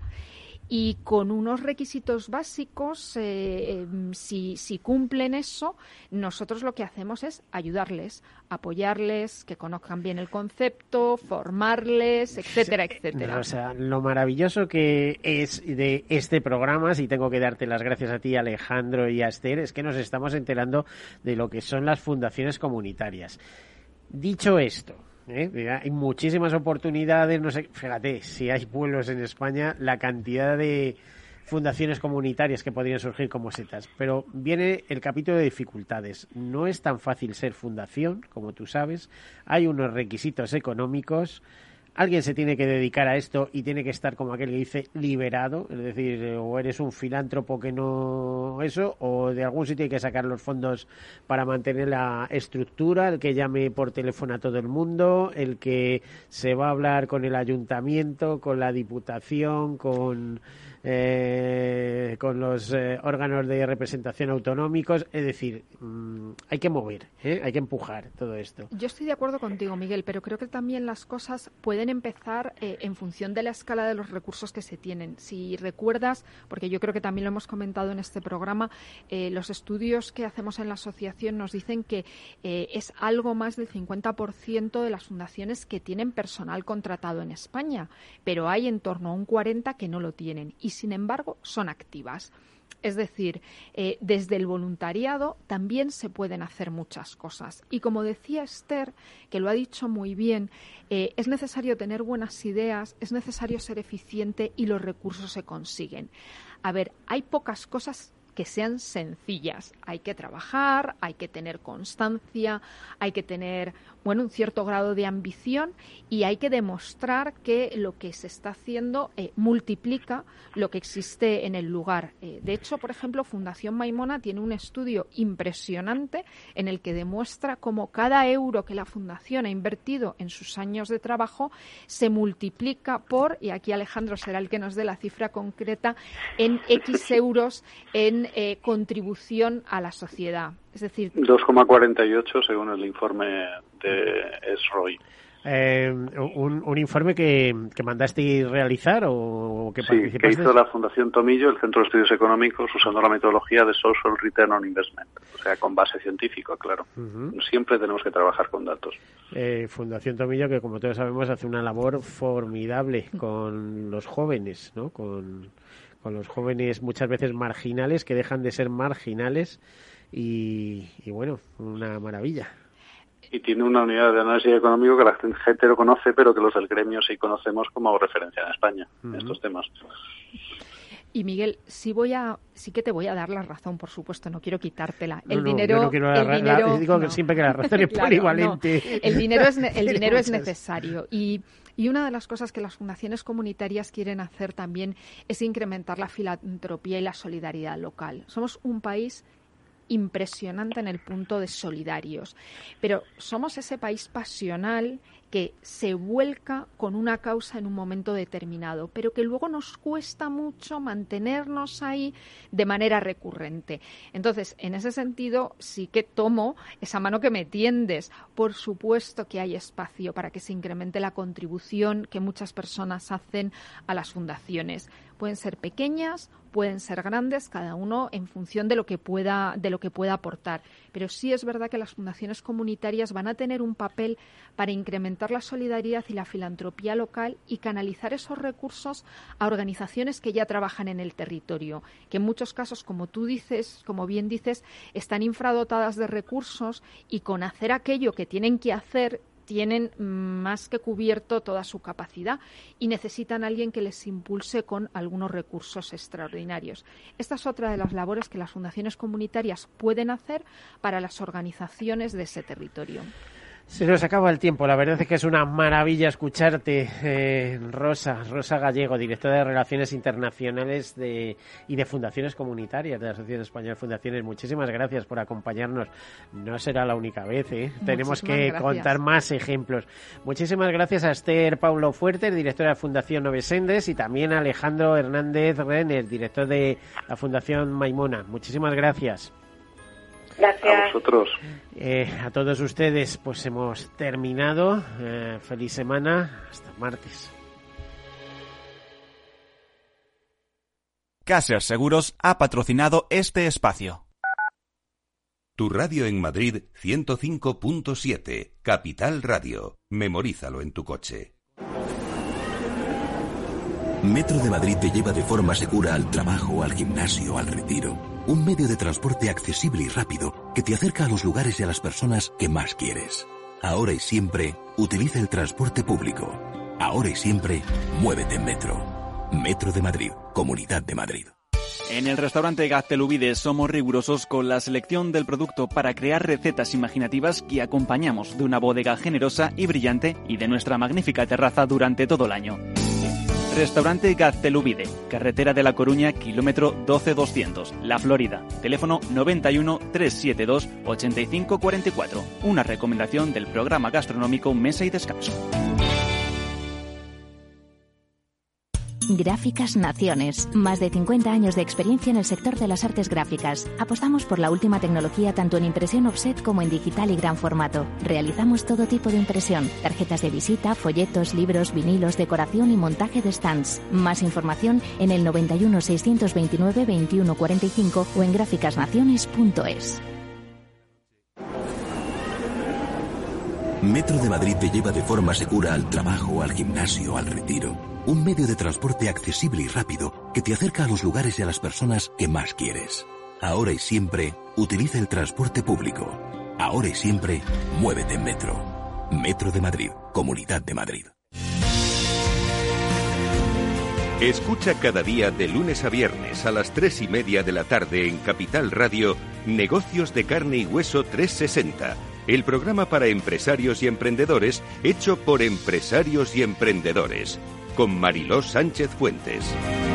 Y con unos requisitos básicos, eh, si, si cumplen eso, nosotros lo que hacemos es ayudarles, apoyarles, que conozcan bien el concepto, formarles, etcétera, etcétera. O sea, lo maravilloso que es de este programa, si tengo que darte las gracias a ti, Alejandro, y a Esther, es que nos estamos enterando de lo que son las fundaciones comunitarias. Dicho esto, ¿eh? Hay muchísimas oportunidades, no sé, fíjate, si hay pueblos en España, la cantidad de fundaciones comunitarias que podrían surgir como setas, pero viene el capítulo de dificultades. No es tan fácil ser fundación, como tú sabes, hay unos requisitos económicos. Alguien se tiene que dedicar a esto y tiene que estar, como aquel que dice, liberado, es decir, o eres un filántropo que no eso, o de algún sitio hay que sacar los fondos para mantener la estructura, el que llame por teléfono a todo el mundo, el que se va a hablar con el ayuntamiento, con la diputación, con eh, con los eh, órganos de representación autonómicos, es decir, mmm, hay que mover, ¿eh? Hay que empujar todo esto. Yo estoy de acuerdo contigo, Miguel, pero creo que también las cosas pueden empezar eh, en función de la escala de los recursos que se tienen. Si recuerdas, porque yo creo que también lo hemos comentado en este programa, eh, los estudios que hacemos en la asociación nos dicen que eh, es algo más del cincuenta por ciento de las fundaciones que tienen personal contratado en España, pero hay en torno a un cuarenta por ciento que no lo tienen. Y sin embargo son activas. Es decir, eh, desde el voluntariado también se pueden hacer muchas cosas. Y como decía Esther, que lo ha dicho muy bien, eh, es necesario tener buenas ideas, es necesario ser eficiente y los recursos se consiguen. A ver, hay pocas cosas que sean sencillas. Hay que trabajar, hay que tener constancia, hay que tener, bueno, un cierto grado de ambición y hay que demostrar que lo que se está haciendo eh, multiplica lo que existe en el lugar. Eh, de hecho, por ejemplo, Fundación Maimona tiene un estudio impresionante en el que demuestra cómo cada euro que la Fundación ha invertido en sus años de trabajo se multiplica por, y aquí Alejandro será el que nos dé la cifra concreta, en X euros en Eh, contribución a la sociedad. Es decir, dos coma cuarenta y ocho según el informe de S R O I. Eh, un, ¿Un informe que, que mandaste realizar o que sí, participaste? Que hizo la Fundación Tomillo, el Centro de Estudios Económicos, usando la metodología de Social Return on Investment, o sea, con base científica, claro. Uh-huh. Siempre tenemos que trabajar con datos. Eh, Fundación Tomillo, que como todos sabemos, hace una labor formidable con los jóvenes, ¿no? Con... con los jóvenes muchas veces marginales que dejan de ser marginales y, y bueno, una maravilla. Y tiene una unidad de análisis económico que la gente lo conoce, pero que los del gremio sí conocemos como referencia en España, uh-huh. en estos temas. Y Miguel, sí voy a, sí que te voy a dar la razón, por supuesto, no quiero quitártela. El no, no, dinero, yo no quiero el la, dinero, la, digo no. que siempre que la razón es claro, polivalente. No. El dinero es, el dinero es necesario y Y una de las cosas que las fundaciones comunitarias quieren hacer también es incrementar la filantropía y la solidaridad local. Somos un país impresionante en el punto de solidarios, pero somos ese país pasional que se vuelca con una causa en un momento determinado, pero que luego nos cuesta mucho mantenernos ahí de manera recurrente. Entonces, en ese sentido, sí que tomo esa mano que me tiendes. Por supuesto que hay espacio para que se incremente la contribución que muchas personas hacen a las fundaciones. Pueden ser pequeñas, pueden ser grandes, cada uno en función de lo que pueda, de lo que pueda aportar. Pero sí es verdad que las fundaciones comunitarias van a tener un papel para incrementar la solidaridad y la filantropía local y canalizar esos recursos a organizaciones que ya trabajan en el territorio, que en muchos casos, como tú dices, como bien dices, están infradotadas de recursos y con hacer aquello que tienen que hacer tienen más que cubierto toda su capacidad y necesitan a alguien que les impulse con algunos recursos extraordinarios. Esta es otra de las labores que las fundaciones comunitarias pueden hacer para las organizaciones de ese territorio. Se nos acaba el tiempo. La verdad es que es una maravilla escucharte, eh, Rosa, Rosa Gallego, directora de Relaciones Internacionales de, y de Fundaciones Comunitarias de la Asociación Española de Fundaciones. Muchísimas gracias por acompañarnos. No será la única vez, ¿eh? Tenemos que gracias. contar más ejemplos. Muchísimas gracias a Esther Paulo Fuertes, directora de la Fundación Novesendes, y también a Alejandro Hernández Renner, director de la Fundación Maimona. Muchísimas gracias. Gracias. A vosotros. Eh, a todos ustedes, pues hemos terminado. Eh, feliz semana. Hasta martes. Caser Seguros ha patrocinado este espacio. Tu radio en Madrid ciento cinco punto siete, Capital Radio. Memorízalo en tu coche. Metro de Madrid te lleva de forma segura al trabajo, al gimnasio, al retiro. Un medio de transporte accesible y rápido que te acerca a los lugares y a las personas que más quieres. Ahora y siempre, utiliza el transporte público. Ahora y siempre, muévete en Metro. Metro de Madrid, Comunidad de Madrid. En el restaurante Gaztelubides somos rigurosos con la selección del producto para crear recetas imaginativas que acompañamos de una bodega generosa y brillante y de nuestra magnífica terraza durante todo el año. Restaurante Gaztelubide, carretera de La Coruña, kilómetro doce doscientos, La Florida. Teléfono noventa y uno, trescientos setenta y dos, ochenta y cinco cuarenta y cuatro. Una recomendación del programa gastronómico Mesa y Descanso. Gráficas Naciones. Más de cincuenta años de experiencia en el sector de las artes gráficas. Apostamos por la última tecnología tanto en impresión offset como en digital y gran formato. Realizamos todo tipo de impresión. Tarjetas de visita, folletos, libros, vinilos, decoración y montaje de stands. Más información en el noventa y uno, seiscientos veintinueve, veintiuno cuarenta y cinco o en gráficas naciones punto es. Metro de Madrid te lleva de forma segura al trabajo, al gimnasio, al retiro. Un medio de transporte accesible y rápido que te acerca a los lugares y a las personas que más quieres. Ahora y siempre, utiliza el transporte público. Ahora y siempre, muévete en Metro. Metro de Madrid, Comunidad de Madrid. Escucha cada día de lunes a viernes a las tres y media de la tarde en Capital Radio Negocios de Carne y Hueso trescientos sesenta, el programa para empresarios y emprendedores hecho por empresarios y emprendedores, con Mariló Sánchez Fuentes.